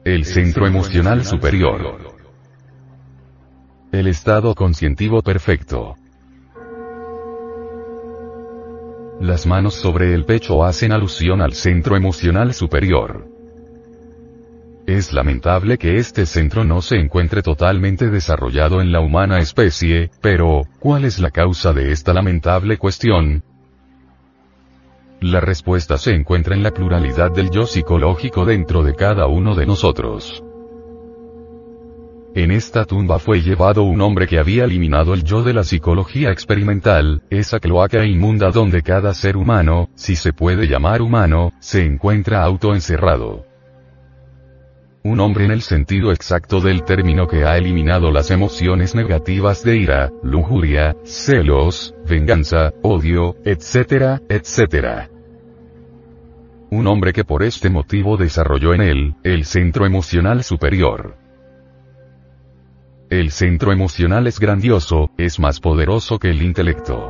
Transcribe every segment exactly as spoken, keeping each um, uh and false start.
El centro emocional superior. El estado conscientivo perfecto. Las manos sobre el pecho hacen alusión al centro emocional superior. Es lamentable que este centro no se encuentre totalmente desarrollado en la humana especie, pero, ¿cuál es la causa de esta lamentable cuestión? La respuesta se encuentra en la pluralidad del yo psicológico dentro de cada uno de nosotros. En esta tumba fue llevado un hombre que había eliminado el yo de la psicología experimental, esa cloaca inmunda donde cada ser humano, si se puede llamar humano, se encuentra autoencerrado. Un hombre en el sentido exacto del término que ha eliminado las emociones negativas de ira, lujuria, celos, venganza, odio, etcétera, etcétera. Un hombre que por este motivo desarrolló en él, el centro emocional superior. El centro emocional es grandioso, es más poderoso que el intelecto.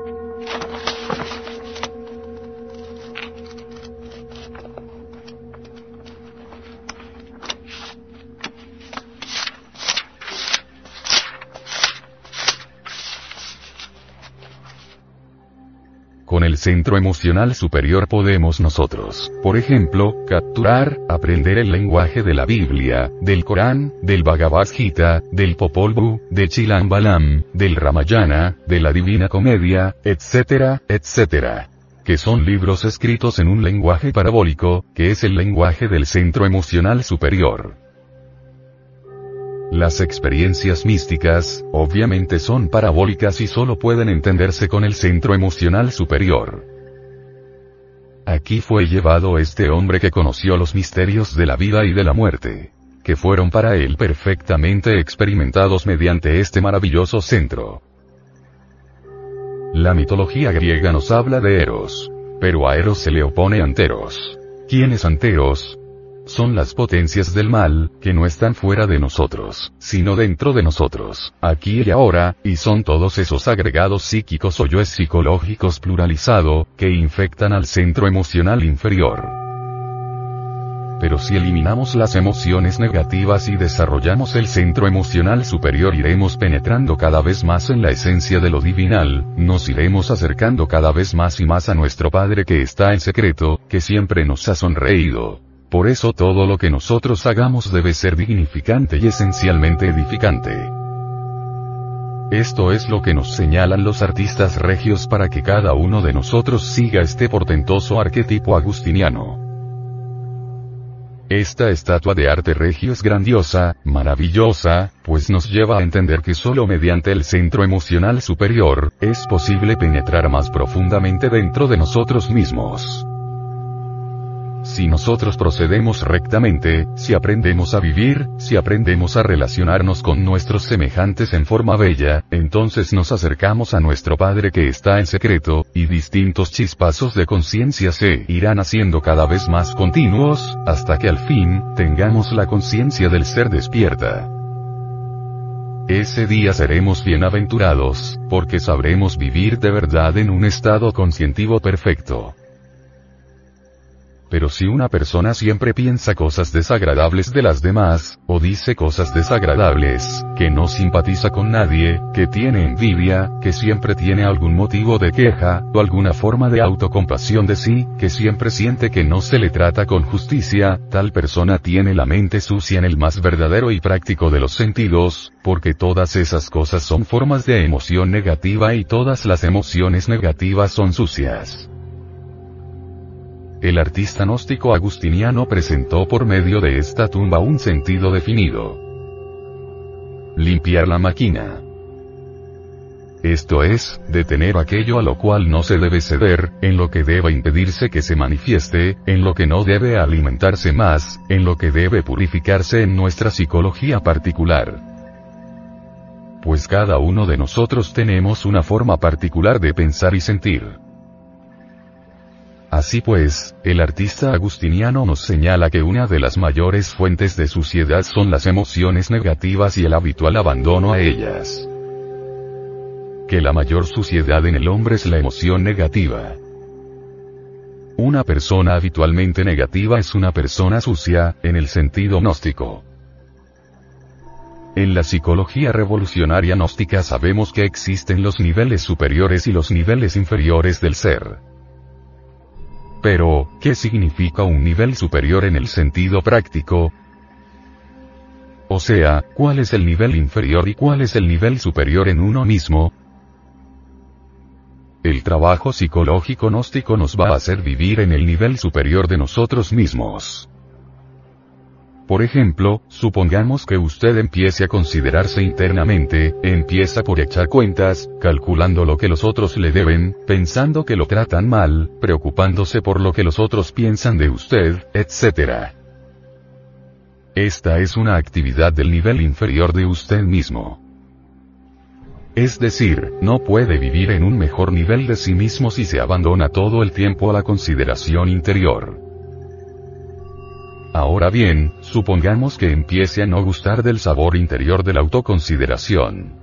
Con el centro emocional superior podemos nosotros, por ejemplo, capturar, aprender el lenguaje de la Biblia, del Corán, del Bhagavad Gita, del Popol Vuh, de Chilam Balam, del Ramayana, de la Divina Comedia, etcétera, etcétera. Que son libros escritos en un lenguaje parabólico, que es el lenguaje del centro emocional superior. Las experiencias místicas, obviamente son parabólicas y solo pueden entenderse con el centro emocional superior. Aquí fue llevado este hombre que conoció los misterios de la vida y de la muerte, que fueron para él perfectamente experimentados mediante este maravilloso centro. La mitología griega nos habla de Eros, pero a Eros se le opone Anteros. ¿Quién es Anteros? Son las potencias del mal, que no están fuera de nosotros, sino dentro de nosotros, aquí y ahora, y son todos esos agregados psíquicos o yoes psicológicos pluralizado, que infectan al centro emocional inferior. Pero si eliminamos las emociones negativas y desarrollamos el centro emocional superior, iremos penetrando cada vez más en la esencia de lo divinal, nos iremos acercando cada vez más y más a nuestro Padre que está en secreto, que siempre nos ha sonreído. Por eso todo lo que nosotros hagamos debe ser dignificante y esencialmente edificante. Esto es lo que nos señalan los artistas regios para que cada uno de nosotros siga este portentoso arquetipo agustiniano. Esta estatua de arte regio es grandiosa, maravillosa, pues nos lleva a entender que solo mediante el centro emocional superior, es posible penetrar más profundamente dentro de nosotros mismos. Si nosotros procedemos rectamente, si aprendemos a vivir, si aprendemos a relacionarnos con nuestros semejantes en forma bella, entonces nos acercamos a nuestro Padre que está en secreto, y distintos chispazos de conciencia se irán haciendo cada vez más continuos, hasta que al fin, tengamos la conciencia del ser despierta. Ese día seremos bienaventurados, porque sabremos vivir de verdad en un estado conscientivo perfecto. Pero si una persona siempre piensa cosas desagradables de las demás, o dice cosas desagradables, que no simpatiza con nadie, que tiene envidia, que siempre tiene algún motivo de queja, o alguna forma de autocompasión de sí, que siempre siente que no se le trata con justicia, tal persona tiene la mente sucia en el más verdadero y práctico de los sentidos, porque todas esas cosas son formas de emoción negativa y todas las emociones negativas son sucias. El artista gnóstico agustiniano presentó por medio de esta tumba un sentido definido. Limpiar la máquina. Esto es, detener aquello a lo cual no se debe ceder, en lo que debe impedirse que se manifieste, en lo que no debe alimentarse más, en lo que debe purificarse en nuestra psicología particular. Pues cada uno de nosotros tenemos una forma particular de pensar y sentir. Así pues, el artista agustiniano nos señala que una de las mayores fuentes de suciedad son las emociones negativas y el habitual abandono a ellas. Que la mayor suciedad en el hombre es la emoción negativa. Una persona habitualmente negativa es una persona sucia, en el sentido gnóstico. En la psicología revolucionaria gnóstica sabemos que existen los niveles superiores y los niveles inferiores del ser. Pero, ¿qué significa un nivel superior en el sentido práctico? O sea, ¿cuál es el nivel inferior y cuál es el nivel superior en uno mismo? El trabajo psicológico gnóstico nos va a hacer vivir en el nivel superior de nosotros mismos. Por ejemplo, supongamos que usted empiece a considerarse internamente, empieza por echar cuentas, calculando lo que los otros le deben, pensando que lo tratan mal, preocupándose por lo que los otros piensan de usted, etcétera. Esta es una actividad del nivel inferior de usted mismo. Es decir, no puede vivir en un mejor nivel de sí mismo si se abandona todo el tiempo a la consideración interior. Ahora bien, supongamos que empiece a no gustar del sabor interior de la autoconsideración.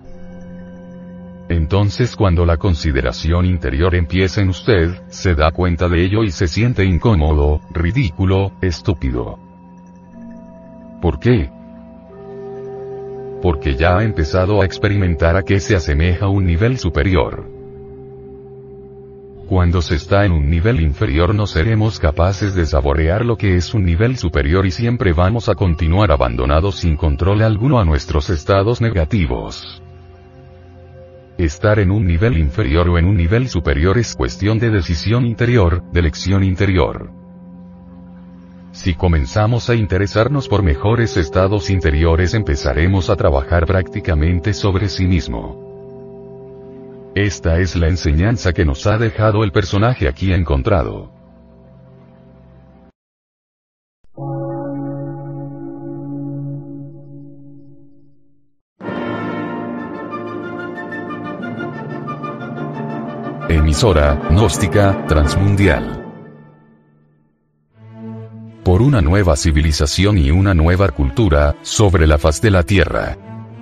Entonces cuando la consideración interior empieza en usted, se da cuenta de ello y se siente incómodo, ridículo, estúpido. ¿Por qué? Porque ya ha empezado a experimentar a qué se asemeja un nivel superior. Cuando se está en un nivel inferior no seremos capaces de saborear lo que es un nivel superior y siempre vamos a continuar abandonados sin control alguno a nuestros estados negativos. Estar en un nivel inferior o en un nivel superior es cuestión de decisión interior, de elección interior. Si comenzamos a interesarnos por mejores estados interiores empezaremos a trabajar prácticamente sobre sí mismo. Esta es la enseñanza que nos ha dejado el personaje aquí encontrado. Emisora gnóstica transmundial. Por una nueva civilización y una nueva cultura sobre la faz de la Tierra.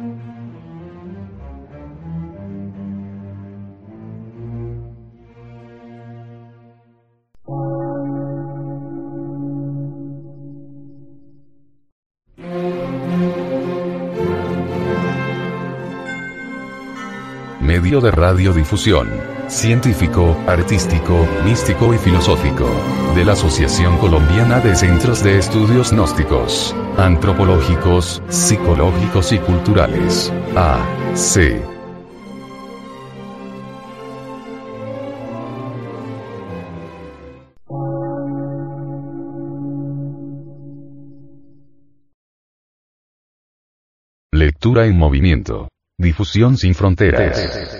Medio de radiodifusión, científico, artístico, místico y filosófico, de la Asociación Colombiana de Centros de Estudios Gnósticos, Antropológicos, Psicológicos y Culturales, A C Lectura en movimiento. Difusión sin fronteras.